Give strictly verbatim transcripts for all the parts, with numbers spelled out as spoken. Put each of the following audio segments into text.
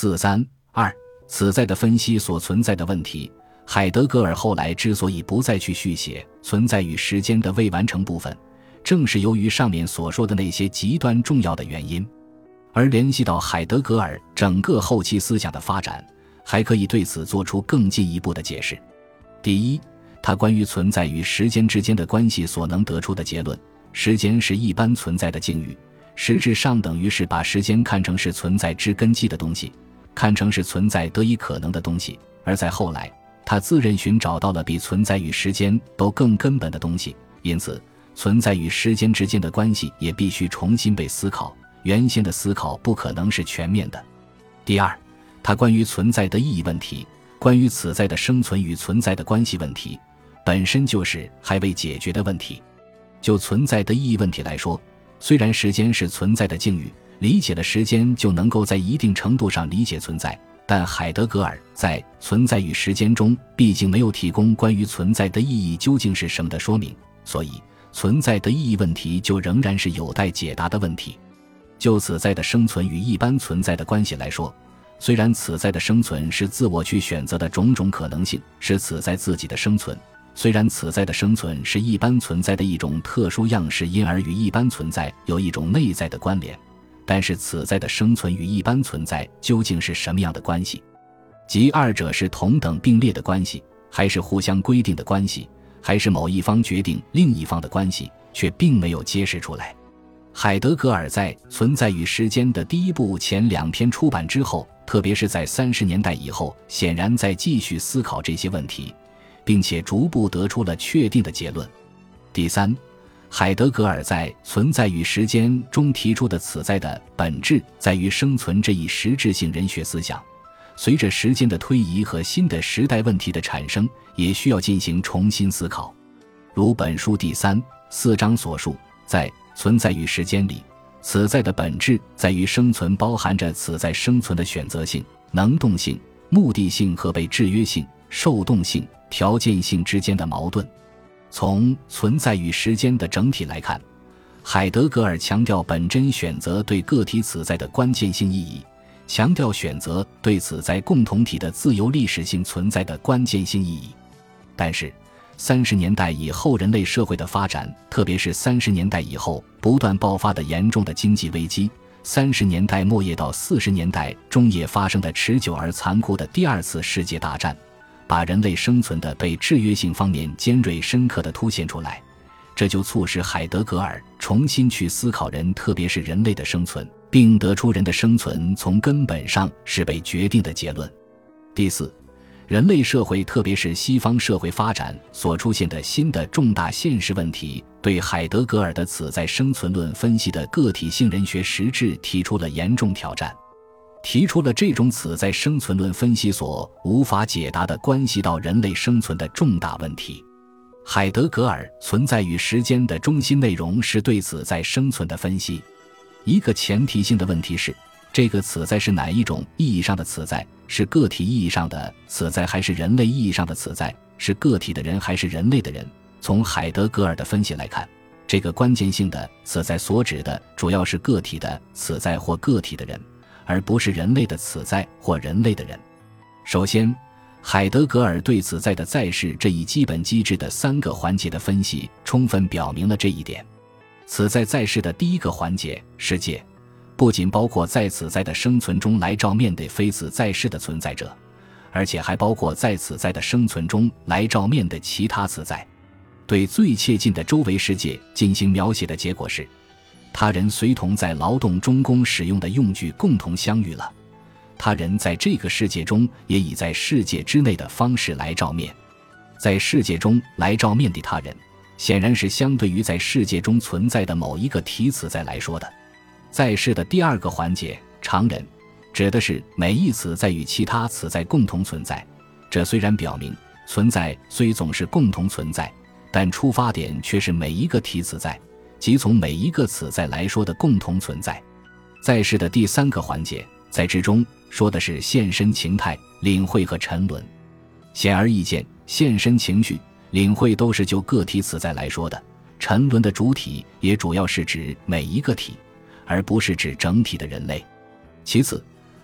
四三二此在的分析所存在的问题，海德格尔后来之所以不再去续写存在与时间的未完成部分，正是由于上面所说的那些极端重要的原因。而联系到海德格尔整个后期思想的发展，还可以对此做出更进一步的解释。第一，他关于存在与时间之间的关系所能得出的结论，时间是一般存在的境遇，实质上等于是把时间看成是存在之根基的东西，看成是存在得以可能的东西。而在后来，他自认寻找到了比存在与时间都更根本的东西，因此存在与时间之间的关系也必须重新被思考，原先的思考不可能是全面的。第二，他关于存在的意义问题，关于此在的生存与存在的关系问题，本身就是还未解决的问题。就存在的意义问题来说，虽然时间是存在的境遇，理解了时间就能够在一定程度上理解存在，但海德格尔在《存在与时间》中毕竟没有提供关于存在的意义究竟是什么的说明，所以存在的意义问题就仍然是有待解答的问题。就此在的生存与一般存在的关系来说，虽然此在的生存是自我去选择的种种可能性，是此在自己的生存，虽然此在的生存是一般存在的一种特殊样式，因而与一般存在有一种内在的关联，但是此在的生存与一般存在究竟是什么样的关系？即二者是同等并列的关系，还是互相规定的关系，还是某一方决定另一方的关系，却并没有揭示出来。海德格尔在《存在与时间》的第一部前两篇出版之后，特别是在三十年代以后，显然在继续思考这些问题，并且逐步得出了确定的结论。第三，海德格尔在《存在与时间》中提出的此在的本质在于生存这一实质性人学思想，随着时间的推移和新的时代问题的产生，也需要进行重新思考。如本书第三、四章所述，在《存在与时间》里，此在的本质在于生存包含着此在生存的选择性、能动性、目的性和被制约性、受动性、条件性之间的矛盾。从存在与时间的整体来看，海德格尔强调本真选择对个体此在的关键性意义，强调选择对此在共同体的自由历史性存在的关键性意义。但是三十年代以后人类社会的发展，特别是三十年代以后不断爆发的严重的经济危机，三十年代末叶到四十年代中叶发生的持久而残酷的第二次世界大战，把人类生存的被制约性方面尖锐深刻地凸显出来，这就促使海德格尔重新去思考人，特别是人类的生存，并得出人的生存从根本上是被决定的结论。第四，人类社会特别是西方社会发展所出现的新的重大现实问题，对海德格尔的此在生存论分析的个体性人学实质提出了严重挑战，提出了这种此在生存论分析所无法解答的关系到人类生存的重大问题。海德格尔存在与时间的中心内容是对此在生存的分析。一个前提性的问题是，这个此在是哪一种意义上的此在？是个体意义上的此在，还是人类意义上的此在？是个体的人还是人类的人？从海德格尔的分析来看，这个关键性的此在所指的主要是个体的此在或个体的人，而不是人类的此在或人类的人。首先，海德格尔对此在的在世这一基本机制的三个环节的分析，充分表明了这一点。此在在世的第一个环节，世界，不仅包括在此在的生存中来照面的非此在世的存在者，而且还包括在此在的生存中来照面的其他此在。对最切近的周围世界进行描写的结果是，他人随同在劳动中供使用的用具共同相遇了，他人在这个世界中也以在世界之内的方式来照面。在世界中来照面的他人，显然是相对于在世界中存在的某一个体此在来说的。在世的第二个环节，常人，指的是每一此在与其他此在共同存在。这虽然表明存在虽总是共同存在，但出发点却是每一个体此在，即从每一个此在来说的共同存在。在世的第三个环节，在之中，说的是现身情态、领会和沉沦。显而易见，现身情绪、领会都是就个体此在来说的，沉沦的主体也主要是指每一个体，而不是指整体的人类。其次，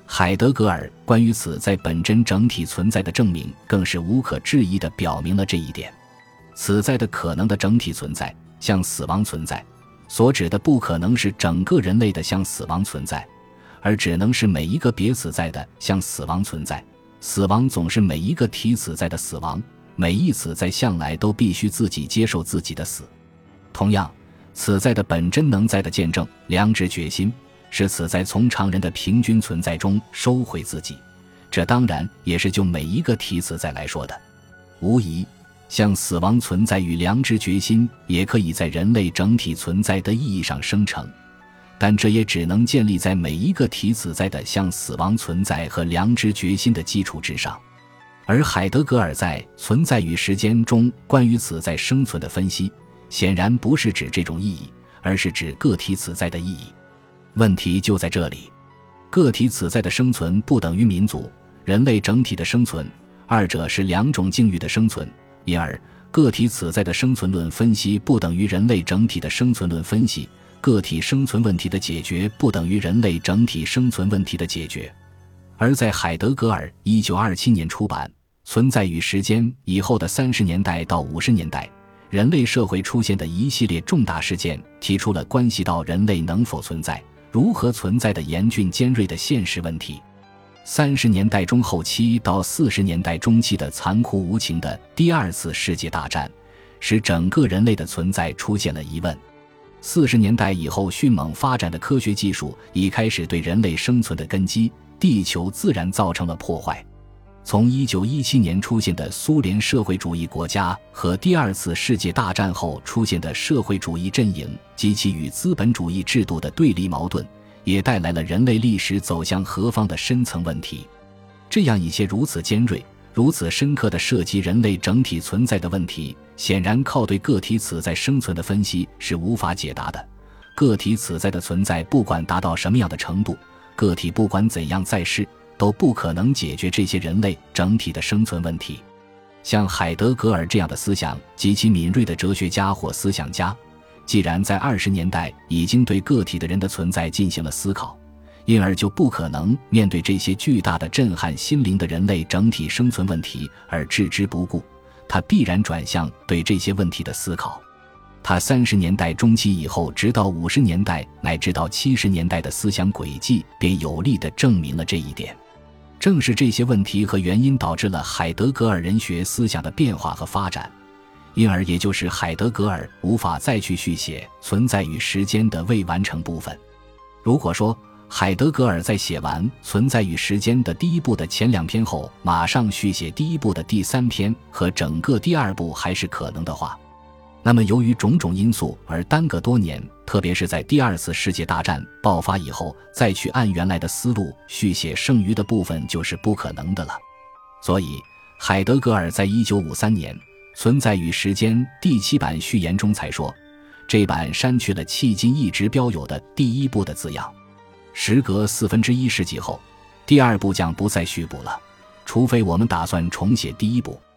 海德格尔关于此在本真整体存在的证明更是无可置疑地表明了这一点。此在的可能的整体存在，像死亡存在，所指的不可能是整个人类的像死亡存在，而只能是每一个别此在的像死亡存在。死亡总是每一个体此在的死亡，每一此在向来都必须自己接受自己的死。同样，此在的本真能在的见证，良知决心，是此在从常人的平均存在中收回自己，这当然也是就每一个体此在来说的。无疑，像死亡存在与良知决心也可以在人类整体存在的意义上生成，但这也只能建立在每一个体此在的像死亡存在和良知决心的基础之上。而海德格尔在《存在与时间》中关于此在生存的分析，显然不是指这种意义，而是指个体此在的意义。问题就在这里，个体此在的生存不等于民族、人类整体的生存，二者是两种境遇的生存，因而个体此在的生存论分析不等于人类整体的生存论分析，个体生存问题的解决不等于人类整体生存问题的解决。而在海德格尔一九二七年出版《存在与时间》以后的三十年代到五十年代，人类社会出现的一系列重大事件提出了关系到人类能否存在、如何存在的严峻尖锐的现实问题。三十年代中后期到四十年代中期的残酷无情的第二次世界大战，使整个人类的存在出现了疑问。四十年代以后迅猛发展的科学技术已开始对人类生存的根基地球自然造成了破坏。从一九一七年出现的苏联社会主义国家和第二次世界大战后出现的社会主义阵营及其与资本主义制度的对立矛盾，也带来了人类历史走向何方的深层问题。这样一些如此尖锐、如此深刻的涉及人类整体存在的问题，显然靠对个体此在生存的分析是无法解答的。个体此在的存在不管达到什么样的程度，个体不管怎样在世，都不可能解决这些人类整体的生存问题。像海德格尔这样的思想极其敏锐的哲学家或思想家，既然在二十年代已经对个体的人的存在进行了思考，因而就不可能面对这些巨大的震撼心灵的人类整体生存问题而置之不顾，他必然转向对这些问题的思考。他三十年代中期以后直到五十年代乃至到七十年代的思想轨迹便有力地证明了这一点。正是这些问题和原因导致了海德格尔人学思想的变化和发展，因而也就是海德格尔无法再去续写《存在与时间》的未完成部分。如果说海德格尔在写完《存在与时间》的第一部的前两篇后马上续写第一部的第三篇和整个第二部还是可能的话，那么由于种种因素而耽搁多年，特别是在第二次世界大战爆发以后再去按原来的思路续写剩余的部分就是不可能的了。所以海德格尔在一九五三年《存在与时间》第七版序言中才说，这版删去了迄今一直标有的第一部的字样。时隔四分之一世纪后，第二部将不再续补了，除非我们打算重写第一部。